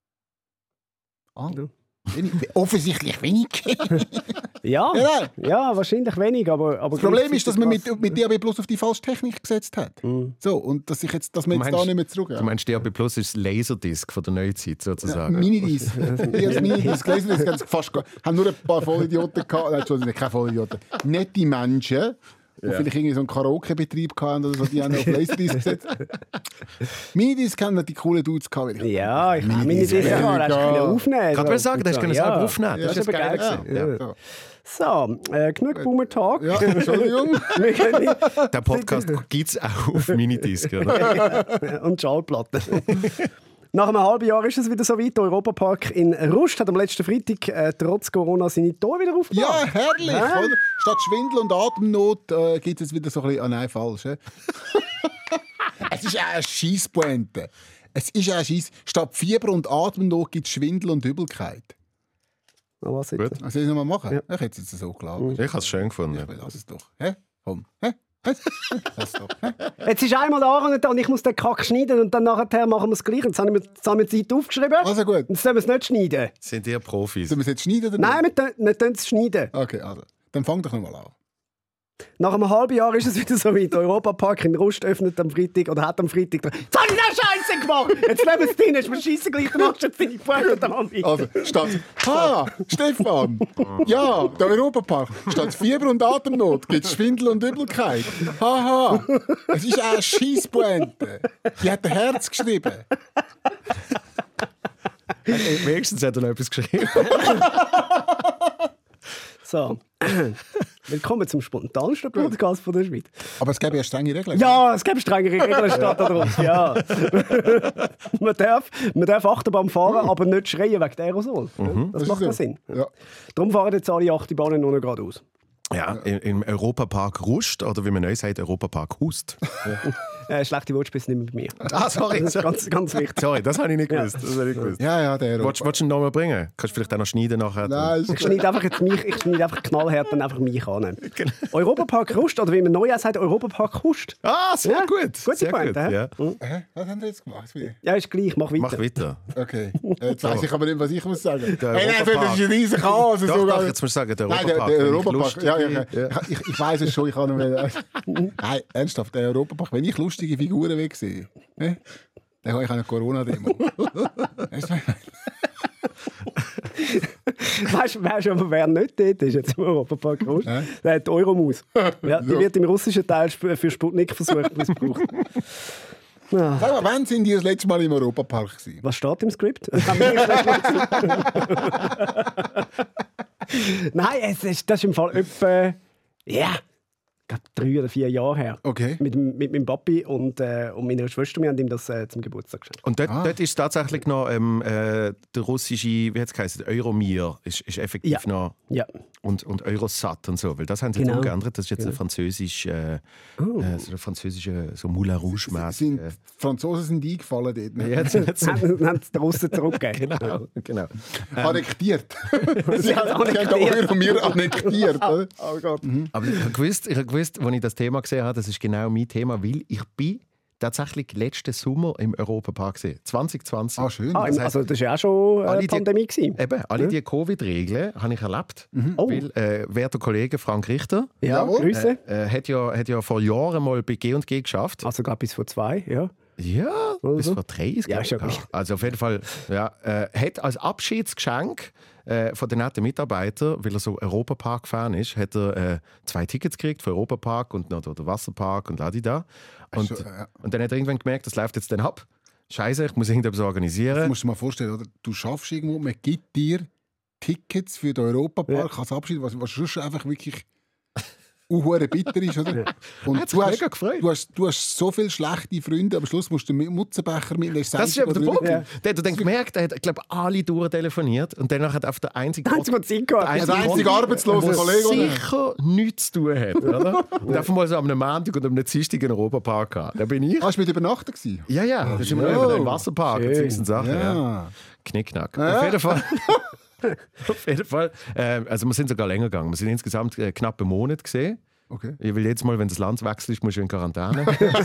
Ah, Ja. wenig, offensichtlich wenig. Ja, Ja, nein. ja, wahrscheinlich wenig, aber... aber Das Problem ist, dass man mit, gleichzeitig mit D A B Plus auf die falsche Technik gesetzt hat. Mhm. So, und dass, ich jetzt, dass man Du jetzt meinst- da nicht mehr zurück. Du meinst, D A B Plus ist das Laserdisc von der Neuzeit Ja, sozusagen. Minidisc. Erst Minidisc gelesen, das haben sie fast ge- haben nur ein paar Vollidioten gehabt. Nein, Entschuldigung, keine Vollidioten. Nette Menschen, die vielleicht irgendwie so einen Karaoke-Betrieb hatten oder so, die haben auf Laserdisc gesetzt. Minidisc haben die coolen Dudes gehabt. weil ich- Ja, ich kann mich nicht Mini- sicher, hast du Ja. können aufnehmen. Gerade will sagen, das so. können Ja. selber aufnehmen. Ja, Das ist das das ist Geile. aber geil. gewesen. Ja. Ja. So, äh, genug Boomer Talk. Ja, Entschuldigung. Wir können Der Podcast gibt es auch auf Minidisc. Oder? und Schallplatten. Nach einem halben Jahr ist es wieder so weit. Der Europapark in Rust hat am letzten Freitag äh, trotz Corona seine Tore wieder aufgemacht. Ja, herrlich. Ja. Oder? Statt Schwindel und Atemnot äh, gibt es wieder so ein bisschen... Ah nein, falsch. He? Es ist auch eine Scheisspointe. Es ist auch ein Scheiss. Statt Fieber und Atemnot gibt es Schwindel und Übelkeit. Na, was jetzt? Gut. Also, soll ich es nochmal machen? Ja. Ich hätte es jetzt so klar. Ich habe es schön gefunden. Ich lass es doch. Hä? Komm. Hä? Das ist doch. Jetzt ist einmal der Aaron da und ich muss den Kack schneiden und dann nachher machen wir es gleich. Jetzt haben wir, jetzt haben wir die Zeit aufgeschrieben. Also gut. Jetzt sollen wir es nicht schneiden. Sind ihr Profis? Sollen wir es jetzt schneiden oder Nein, nicht? wir, tun- wir tun es schneiden. Okay, also. Dann fang doch nochmal an. Nach einem halben Jahr ist es wieder so weit. Der Europapark in Rust öffnet am Freitag oder hat am Freitag. Jetzt habe ich das Scheiße gemacht! Jetzt nehmen wir es drin, ist mir scheisse gleich, dann machst du jetzt deine Pointe da an. Also, statt Ha, Stefan, ja, der Europapark. Statt Fieber und Atemnot gibt es Schwindel und Übelkeit. Haha, es ist eine Scheisspointe. Die hat ein Herz geschrieben. Wenigstens hat er noch etwas geschrieben. So. Willkommen zum spontansten Podcast von der Schweiz. Aber es gäbe ja strenge Regeln. Ja, es gibt strengere Regeln statt darauf. Ja. man, darf, man darf Achterbahn fahren, aber nicht schreien wegen der Aerosol. Mhm. Das, Das macht ist ja so. Sinn. Ja. Darum fahren jetzt alle Achterbahnen nur noch geradeaus. Ja, im, im Europapark Rust, oder wie man neu sagt, Europapark Hust. Äh, schlechte Wortspitze nicht mehr bei mir. Ah, sorry. Das ist ganz, ganz wichtig. Sorry, das habe ich nicht gewusst. Das habe ich nicht gewusst. Ja, ja, der Wolltest wolltest du ihn nochmal bringen? Kannst du vielleicht auch noch schneiden nachher? Nein, ist Ich schneide einfach, jetzt mich, ich schneide einfach knallhart dann einfach mich an. Europapark Rust, oder wie man neu sagt, Europapark Hust. Ah, sehr Ja, gut. gute sehr Pointe, gut. hä? Ja. Hä? Was haben wir jetzt gemacht? Ja, ist gleich, mach weiter. Mach weiter. Okay, jetzt weiss ich aber nicht, was ich muss sagen. Der Hey, nein, Europapark. das ist ein riesen Chaos. Doch, sogar. doch, jetzt musst du sagen, der Nein, der, Europapark. der wenn ich Europapark. lustig Ja, ja, bin. ja. Ich, ich weiß es schon, ich kann nicht mehr. Nein, ernsthaft, der Europapark, wenn ich lustige Figuren will sehen, ne, dann habe ich eine Corona-Demo. Weißt du, Weißt du, weißt du, aber wer nicht dort ist, jetzt im Europapark Rust? Hä? Der hat die Euromaus. Ja, die Ja. wird im russischen Teil sp- für Sputnik-Versuche missbraucht. Ah, Sag mal, wann sind die das letzte Mal im Europapark gewesen? was steht im Skript? Nein, es ist, das ist im Fall etwa, ja, ich glaube drei oder vier Jahre her. Okay. Mit, dem- mit meinem Papi und, äh, und meiner Schwester, wir haben ihm das äh, zum Geburtstag geschenkt. Und dort, Ah. dort ist tatsächlich noch ähm, äh, der russische, wie hat es geheißen, Euromir, ist, ist effektiv Ja. noch. Ja. Und, und Eurosat und so, weil das haben sie jetzt Genau. umgeändert. Das ist jetzt ein französisch, äh, Oh. äh, so ein französische, so Moulin Rouge Sind, mäßig. die Franzosen sind eingefallen dort. Ne? Ja, jetzt, jetzt, Haben haben sie den Russen zurückgegeben. genau, genau. Annektiert. Sie haben annektiert. den Euro mir annektiert. Oder? Oh Gott. Aber ich habe gewusst, ich habe gewusst, als ich das Thema gesehen habe, das ist genau mein Thema, weil ich bin tatsächlich letzten Sommer im Europapark gesehen. zwanzig zwanzig. Ah, schön. Ah, Das im- heisst, also das war ja auch schon alle äh, die- Pandemie. gewesen. Eben, alle diese Covid-Regeln habe ich erlebt. Oh. Weil, äh, werter Kollege Frank Richter Ja, Jawohl. Grüße. äh, hat, ja, hat ja vor Jahren mal bei G und G geschafft. Also glaube bis vor zwei, ja. Ja, bis Also? vor drei. ist, Ja, glaub ist ja ich. gleich. Also auf jeden Fall, ja, äh, hat als Abschiedsgeschenk äh, von den netten Mitarbeitern, weil er so Europapark-Fan ist, hat er äh, zwei Tickets gekriegt für Europapark und noch den Wasserpark und ladida. Und, Also, ja. und dann hat er irgendwann gemerkt, das läuft jetzt dann ab. Scheiße, ich muss irgendetwas Das organisieren. musst du dir mal vorstellen, oder? Du schaffst irgendwo, man gibt dir Tickets für den Europapark Ja. als Abschied, was, was sonst einfach wirklich unhure bitter ist, oder? Und Hat sich du hast, mega gefreut. du, hast, du hast so viele schlechte Freunde, am Schluss musst du den Mutzenbecher mitnehmen. Das ist eben der Punkt. Ja. Der hat dann gemerkt, er hat, ich glaube, alle durchtelefoniert und danach hat auf der einzige Da haben sie mal Zeit gehabt. Der Der einzige arbeitslose der Kollege, oder? sicher nichts zu tun hat. Oder? Und einfach mal so am Montag und am Dienstag in den Europapark gehabt. Da bin ich. Hast du mit übernachten gewesen? Ja, ja, das ist immer Ja. über den Wasserpark und Schön. solche Sachen. Ja. Ja. Knickknack. Auf jeden Fall. Auf jeden Fall. Ähm, also wir sind sogar länger gegangen. Wir sind insgesamt äh, knapp einen Monat gesehen. Okay. Ich will jedes Mal, wenn das Land wechselt, musst du in Quarantäne.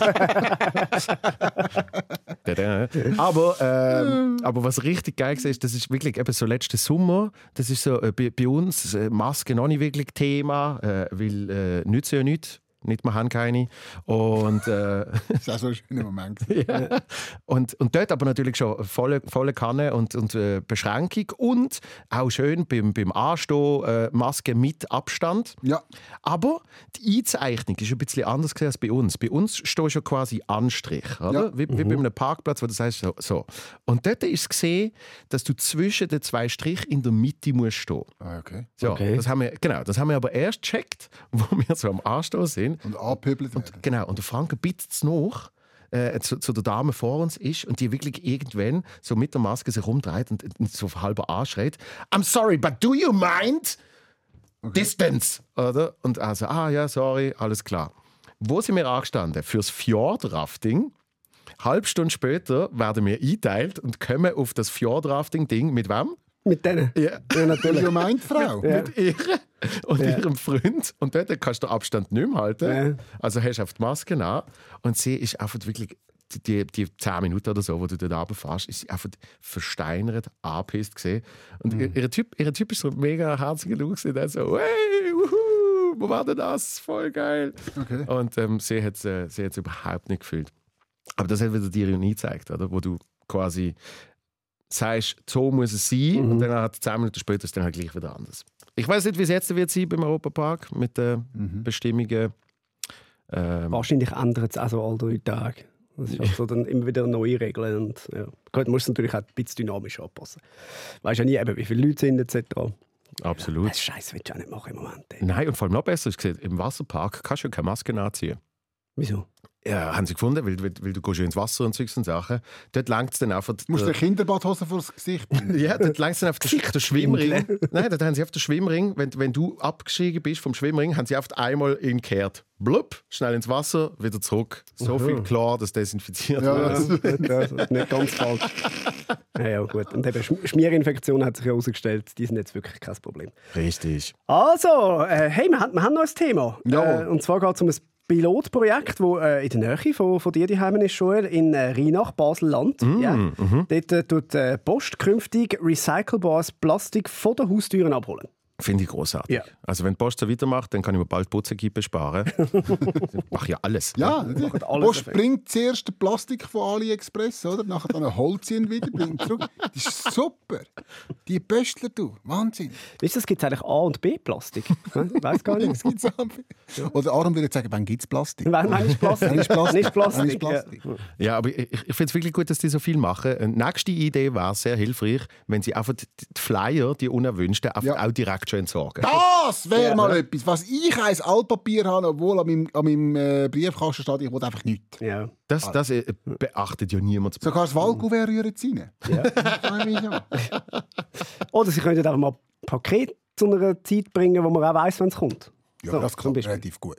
Tada. aber, ähm, aber was richtig geil war, ist, das ist wirklich eben so letzten Sommer, das ist so äh, bei, bei uns äh, Maske noch nicht wirklich Thema, äh, weil äh, nützt ja nichts. Nicht, wir haben keine. Und, äh, Das war so ein schöner Moment. gewesen. ja. und, und dort aber natürlich schon volle, volle Kanne und, und äh, Beschränkung. Und auch schön beim, beim Anstehen äh, Maske mit Abstand. Ja. Aber die Einzeichnung ist ein bisschen anders als bei uns. Bei uns stehst du quasi Anstrich, oder? Ja. Wie, wie bei einem Parkplatz, wo du sagst, so. so. Und dort ist es gesehen, dass du zwischen den zwei Strichen in der Mitte musst stehen. Ah, okay. So, Okay. das haben wir, genau, das haben wir aber erst gecheckt, wo wir so am Anstehen sind. Und angepöbelt werden. Genau, und der Franke bittet es nach äh, zu, zu der Dame vor uns ist und die wirklich irgendwann so mit der Maske sich umdreht und, und so halber anschreit: I'm sorry, but do you mind? Distance! Oder? Und also, ah ja, sorry, alles klar. Wo sind wir angestanden? Fürs Fjordrafting. Halb Stunde später werden wir eingeteilt und kommen auf das Fjordrafting-Ding mit wem? Mit denen? Ja. Ja, natürlich. Ja, meint Frau. Ja. Mit ihr und Ja. ihrem Freund. Und dort kannst du den Abstand nicht mehr halten. Ja. Also hast du auf die Maske an. Und sie ist einfach wirklich, die, die zehn Minuten oder so, wo du dort runterfährst, ist sie einfach versteinert, angepisst gesehen. Und ihr, ihr Typ, ihr Typ ist so mega herziger Look gewesen, der so, hey, wuhu, wo war denn das? Voll geil. Okay. Und ähm, sie hat es äh, sie hat's überhaupt nicht gefühlt. Aber das hat wieder die Ironie gezeigt, oder? Wo du quasi sagst, so muss es sein, Mhm. und dann hat zehn Minuten später ist es dann halt gleich wieder anders. Ich weiß nicht, wie es jetzt wird sein beim Europapark mit den Mhm. Bestimmungen. Ähm, Wahrscheinlich ändert es also alle drei Tage. Das ist also dann immer wieder neue Regeln. Und, ja. Gut, du musst es natürlich auch ein bisschen dynamisch anpassen. Du weißt ja nie, eben, wie viele Leute sind et cetera. absolut. Das Scheiß willst du auch nicht machen im Moment. Ey. Nein, und vor allem noch besser ist gesehen, im Wasserpark kannst du ja keine Maske anziehen. Wieso? Ja, haben sie gefunden, weil, weil, weil du gehst ja ins Wasser und solche Sachen. Dort langt es dann einfach... Du musst dir Kinderbadhose vor das Gesicht binden. Ja, dort langt es dann auf den, den Schwimmring. Nein, dort haben sie auf den Schwimmring, wenn, wenn du abgestiegen bist vom Schwimmring, haben sie auf einmal ihn gekehrt. Blub, schnell ins Wasser, wieder zurück. So viel klar, dass desinfiziert Ja, wird. Ja, das ist nicht ganz falsch. Ja, ja, gut. Und eben Schm- Schmierinfektionen hat sich herausgestellt, die sind jetzt wirklich kein Problem. Richtig. Also, äh, hey, wir haben, wir haben noch ein Thema. Ja. Äh, und zwar geht es um ein Pilotprojekt, das äh, in der Nähe von, von dir daheim ist, Joel, in äh, Rheinach, Basel-Land. Ja. Dort äh, tut äh, die Post künftig recycelbares Plastik von den Haustüren abholen. Finde ich großartig. Ja. Also wenn die Post so weitermacht, dann kann ich mir bald Putzegippe sparen. Ich mache ja alles. Ja, natürlich. alles Post perfekt. bringt zuerst den Plastik von AliExpress, oder? Nachher dann Holz ihn wieder, bringt zurück. Das ist super. Die Pöstler, du. Wahnsinn. Weißt du, es gibt eigentlich A- und B-Plastik. Ich weiß gar nicht. Das gibt's auch. Oder Aaron würde sagen, wann gibt es Plastik? Wann wann ist Plastik? Wann ist Plastik? Nicht Plastik. Wann ist Plastik? Ja. Ja, aber ich, ich finde es wirklich gut, dass die so viel machen. Eine nächste Idee wäre sehr hilfreich, wenn sie einfach die die Flyer, die unerwünschten, einfach Ja. auch direkt schon entsorgen. Das wäre mal etwas. Was ich als Altpapier habe, obwohl an meinem, an meinem äh, Briefkasten steht, ich will einfach nichts. Ja. Das, das äh, beachtet ja niemand. Sogar das Wahlkuvert rühren sie rein. Ja. Ja. Oder sie könnten einfach mal ein Paket zu einer Zeit bringen, wo man auch weiss, wann es kommt. Ja, So, das zum kommt Beispiel. relativ gut.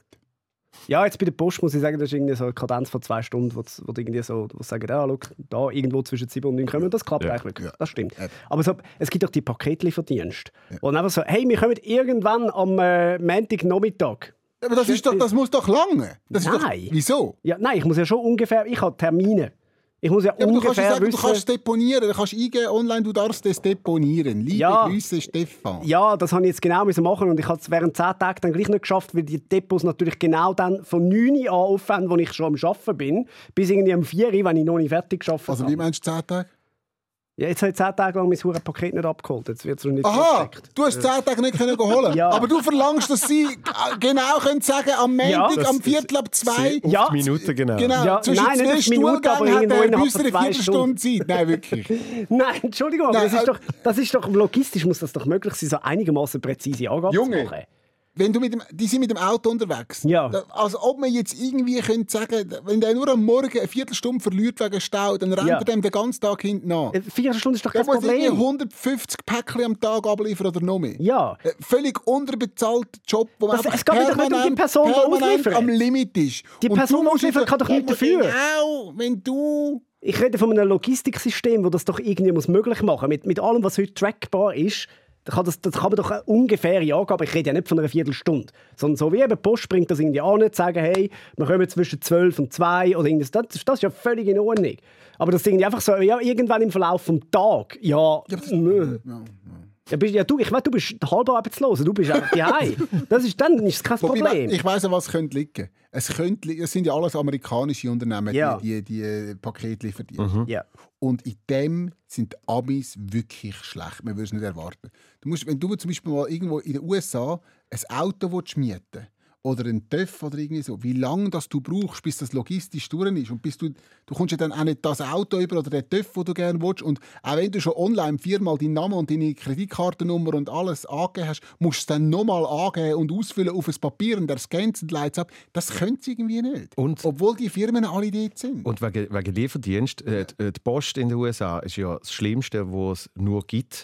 Ja, jetzt bei der Post muss ich sagen, das ist irgendwie so eine Kadenz von zwei Stunden, wo, wo die irgendwie so wo sie sagen, ja, schau, da irgendwo zwischen sieben und neun kommen. Das klappt Ja. eigentlich wirklich. Ja. Das stimmt. Ja. Aber so, es gibt auch die Paketlieferdienste. Und einfach so, hey, wir kommen irgendwann am äh, Montagnachmittag. Aber das, ist doch, das muss doch lange. Das ist Nein. Doch, wieso? Ja, nein, ich muss ja schon ungefähr, ich habe Termine. Ich muss ja, Ja, aber du kannst ja ungefähr sagen, wissen... du kannst es deponieren. Du kannst eingeben online, du darfst es deponieren. Liebe Ja. Grüße, Stefan. Ja, das habe ich jetzt genau müssen machen und ich habe es während zehn Tagen dann gleich nicht geschafft, weil die Depots natürlich genau dann von neun Uhr an aufhören, wo ich schon am Arbeiten bin, bis irgendwie um vier Uhr, wenn ich noch nicht fertig geschafft Also habe. wie meinst du zehn Tage? Ja, jetzt habe ich zehn Tage lang mein hure Paket nicht abgeholt. Jetzt wird es noch nicht Aha, zurückgesteckt. du hast zehn Tage nicht können holen. Ja. Aber du verlangst, dass sie äh, genau können sagen, am Ja. Montag, Das am ist Viertel ab zwei. Auf Ja. die Minute, genau. Genau, Ja, zwischen nein, nicht zwei auf die Minute, aber Stuhlgängen hat irgendwo er innerhalb bis von eine zwei Viertelstunde Zeit. Nein, wirklich. Nein, Entschuldigung, aber Nein, das, ist äh, doch, das ist doch logistisch muss das doch möglich sein, so einigermaßen präzise Angaben Junge. zu machen. Wenn du mit dem, die sind mit dem Auto unterwegs. Ja. Da- Also ob man jetzt irgendwie könnte sagen, wenn der nur am Morgen eine Viertelstunde verliert wegen Stau, dann rennt Ja. er dem den ganzen Tag hinten nach. Äh, vier Stunden ist doch Der kein muss irgendwie Problem. hundertfünfzig Päckchen am Tag abliefern oder noch mehr. Ja. Ein völlig unterbezahlter Job, wo man Das- einfach es geht doch nicht um die permanent- Person, die permanent ausliefert. am Limit ist. Die Und Person, du die musst ausliefert, wieder- kann doch nichts dafür. Genau, wenn du... Ich rede von einem Logistiksystem, das das doch irgendwie muss möglich machen muss. Mit, mit allem, was heute trackbar ist, da kann das, das kann man doch eine ungefähre Angabe. Ich rede ja nicht von einer Viertelstunde. Sondern so wie eben die Post bringt das irgendwie an, zu sagen, hey, wir kommen zwischen zwölf und zwei oder irgendwas. Das, das ist ja völlig in Ordnung. Aber das irgendwie einfach so, ja, irgendwann im Verlauf des Tages, ja, nö. Ja, bist, ja, du, ich weiß, du bist halb arbeitslos, du bist einfach daheim. Das ist dann ist kein Wobei, Problem. Ich weiss ja, was könnte liegen. Es, könnte, li- es sind ja alles amerikanische Unternehmen, Ja. die, die, die äh, Paketliefern. ja. Und in dem sind die Amis wirklich schlecht. Man würde es nicht erwarten. Du musst, wenn du zum Beispiel mal irgendwo in den U S A ein Auto willst mieten willst, oder einen TÜV oder irgendwie so, wie lange das du brauchst, bis das logistisch durch ist. Und bis du, du kommst ja dann auch nicht das Auto über oder den TÜV, den du gerne willst. Und auch wenn du schon online viermal deinen Namen und deine Kreditkartennummer und alles angegeben hast, musst du es dann nochmal angeben und ausfüllen auf ein Papier und der scannt und leitet es ab. Das können sie irgendwie nicht. Und- Obwohl die Firmen alle dort sind. Und wegen, wegen Lieferdienst, äh, die, die Post in den U S A ist ja das Schlimmste, was es nur gibt.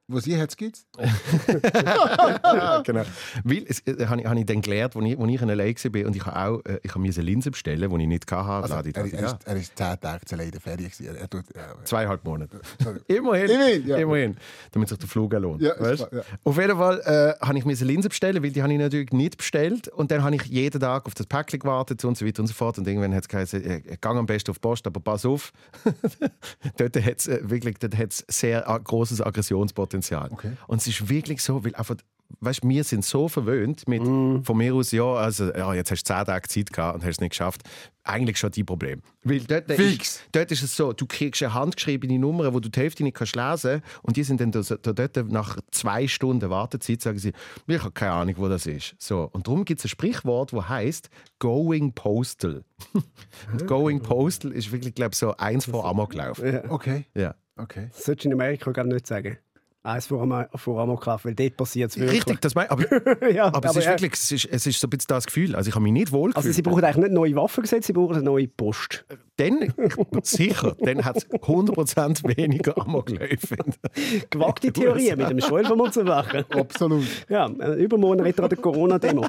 Was ihr jetzt gibt? Ja, genau. Weil, es äh, habe ich, hab ich dann gelernt, als ich, als ich in L A war und ich habe auch äh, ich habe Linsen bestellen, die ich nicht hatte. Also, Lade ich er, das- er, ja. ist, er ist zehn Tage zu Leiden fertig gewesen. Er tut, ja, Zweieinhalb Monate. sorry. Immerhin, Immerhin, ja. immerhin, damit sich der Flug lohnt. Ja, ist weißt? klar, ja. Auf jeden Fall äh, habe ich mir Linsen bestellen, weil die habe ich natürlich nicht bestellt. Und dann habe ich jeden Tag auf das Päckchen gewartet und so weiter und so fort. Und irgendwann hat es geheißen, äh, gang am besten auf die Post, aber pass auf. dort hat es äh, wirklich dort hat's sehr äh, großes Aggressionspotenzial. Okay. Und es ist wirklich so, weil einfach, weißt, wir sind so verwöhnt mit von mir aus, ja, also, ja, jetzt hast du zehn Tage Zeit gehabt und hast es nicht geschafft. Eigentlich schon dein Problem. Weil dort, Fix. Ist, dort ist es so, du kriegst eine handgeschriebene Nummer, wo du die Hälfte nicht kannst lesen kannst. Und die sind dann da, da, dort nach zwei Stunden Wartezeit, sagen sie, ich habe keine Ahnung, wo das ist. So. Und darum gibt es ein Sprichwort, das heisst «Going Postal». Und «Going Postal» ist wirklich, glaube ich, so eins vor Amoklauf. Okay. Ja. Okay. Das solltest du in Amerika gar nicht sagen. Eins vor, Am vor Amoklauf, weil dort passiert es wirklich. Richtig, das mein, aber, ja, aber, es ist ja. wirklich, es ist, es ist so ein bisschen das Gefühl. Also ich habe mich nicht wohl Also gefühlt. sie brauchen eigentlich nicht neue Waffengesetze, sie brauchen eine neue Post. Dann, sicher, dann hat es hundert Prozent weniger Amokläufe. Gewagte Theorie mit dem Joel von Mutzenbacher. Absolut. Ja, äh, übermorgen redet er an der Corona-Demo.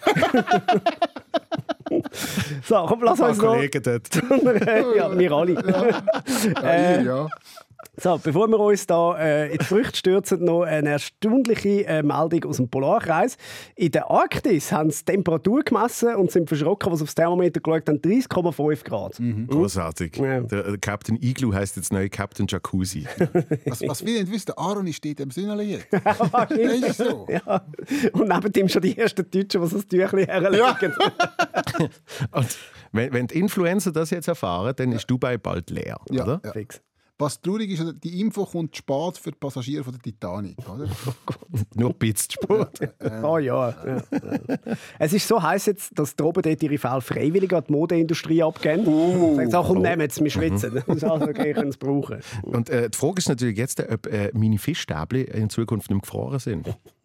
So, komm, lass Ein uns paar noch... Kollegen dort. ja, wir alle. Ja, ja. So, bevor wir uns da äh, in die Früchte stürzen, noch eine erstaunliche äh, Meldung aus dem Polarkreis. In der Arktis haben sie die Temperatur gemessen und sind verschrocken, was aufs Thermometer geschaut haben, dreißig Komma fünf Grad. Großartig. Ja. Der, der Captain Igloo heisst jetzt neu Captain Jacuzzi. Was, was wir nicht wissen, der Aaron ist dort im Sünnelier. Wahrscheinlich. Das ist so. Ja. Und neben ihm schon die ersten Deutschen, die so das Tüchlein herlegen. Und wenn, wenn die Influencer das jetzt erfahren, dann ist Dubai bald leer, Ja, oder? ja. Fix. Was traurig ist, oder, die Info kommt spät für die Passagiere von der Titanic. Oder? Nur ein bisschen Sport. Oh ja. ja, ja. Es ist so heiß jetzt, dass die Roben dort ihre Fälle freiwillig an die Modeindustrie abgeben. Uh, Sagen sie, oh, komm, nehmt es, wir schwitzen. Das ist also okay, ihr könnt es brauchen. Und äh, die Frage ist natürlich jetzt, ob äh, meine Fischstäbchen in Zukunft nicht mehr gefroren sind.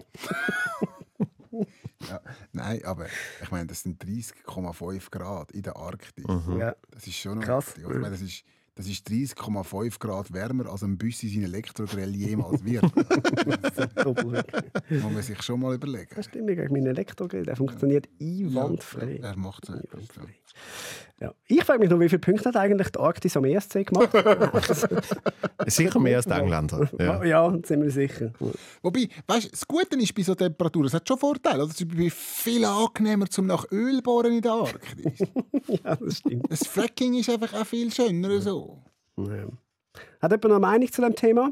Ja, nein, aber ich meine, das sind dreißig Komma fünf Grad in der Arktis. Ja. Das ist schon noch Krass. heftig. Ich meine, das ist, das ist dreißig Komma fünf Grad wärmer, als ein Büssi sein Elektrogrill jemals wird. Doppelt. Das muss man sich schon mal überlegen. Das stimmt, gegen meinen Elektrogrill, der funktioniert einwandfrei. Ja, er macht es einfach. Einwandfrei. Ja. Ich frage mich noch, wie viele Punkte hat eigentlich die Arktis am E S C gemacht? Sicher mehr als die Engländer. Ja, Ja. ja ziemlich sicher. Wobei, weißt, das Gute ist bei so Temperaturen, es hat schon Vorteile. Es ist viel angenehmer, zum nach Öl bohren in der Arktis. Ja, das stimmt. Das Fracking ist einfach auch viel schöner so. Ja. Hat jemand noch eine Meinung zu dem Thema?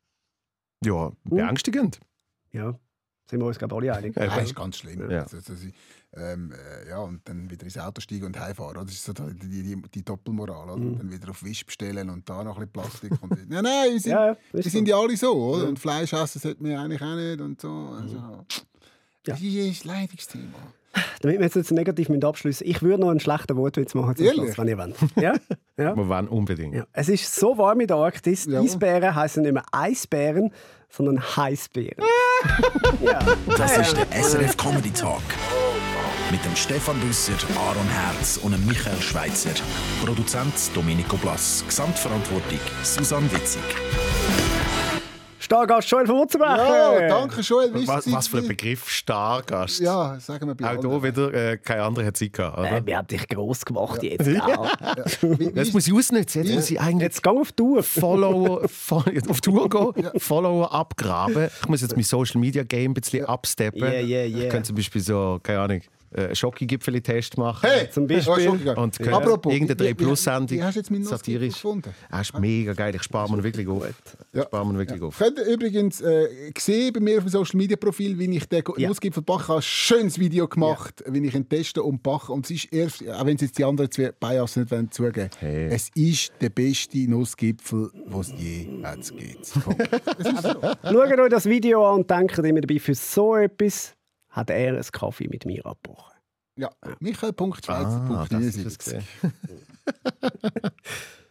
Ja, beängstigend. Ja, sind wir uns, glaube ich, alle einig. Ja. Das ist ganz schlimm. Ja. Also, dass ich, ähm, äh, ja, und dann wieder ins Auto steigen und heimfahren. Das ist so die, die, die, die Doppelmoral. Oder? Mhm. Dann wieder auf Wisch bestellen und da noch ein bisschen Plastik. Und, ja, nein, wir sind, Ja, ja, ist wir so. sind ja alle so. Oder? Und Fleisch essen sollte man eigentlich auch nicht. Und so. Also, Ja. Das ist ein Leidungsthema. Damit wir jetzt nicht so negativ abschließen, ich würde noch einen schlechten Wortwitz machen zum Ehrlich? Schluss, wenn ihr wollt. Ja? Ja? Wir wollen unbedingt. Ja. Es ist so warm in der Arktis, Ja. Eisbären heißen nicht mehr Eisbären, sondern Heißbären. ja. Das ist der S R F Comedy Talk. Mit dem Stefan Büsser, Aaron Herz und dem Michael Schweitzer. Produzent Domenico Blass. Gesamtverantwortung Susanne Witzig. Stargast Joel von Mutzenbacher. Ja, danke Joel. Wie ist Was, die was für ein Zeit? Begriff, Stargast. Ja, sagen wir bei Auch allen. hier wieder, äh, keine andere hat Zeit gehabt, oder? Äh, wir haben dich gross gemacht jetzt. Gell? Wie, wie Das ist- muss ich ausnutzen. Jetzt muss ich eigentlich Jetzt gang auf die Tour. Follower, fo- auf Tour gehen, Follower abgraben. Ich muss jetzt mein Social Media Game ein bisschen absteppen. Yeah, yeah, yeah. Ich könnte zum Beispiel so, keine Ahnung, einen Schocki-Gipfeli-Test machen. Hey, Zum Beispiel. oh, Entschuldigung. Und könnte Apropos, irgendeine wie- wie- drei Plus Sendung wie hast du jetzt meinen Nussgipfel satirisch. gefunden? Er ist mega geil. Ich spare mir wirklich auf. Ja. Ich spare mir wirklich auf. Könnt ihr übrigens äh, sehen bei mir auf dem Social Media Profil, wie ich den Ja. Nussgipfel backe. Ich habe ein schönes Video gemacht, wie ich ihn teste und backe. Und es ist erst, auch wenn es jetzt die anderen zwei Bias nicht wollen zugeben, Hey. es ist der beste Nussgipfel, den es je hat gegeben. Punkt. Es ist so. Schaut euch das Video an und denkt immer dabei, für so etwas hat er einen Kaffee mit mir abgebrochen. Ja, Michael Punkt Schweizer Ah, Punkt das ist das neunundsiebzig. gesehen.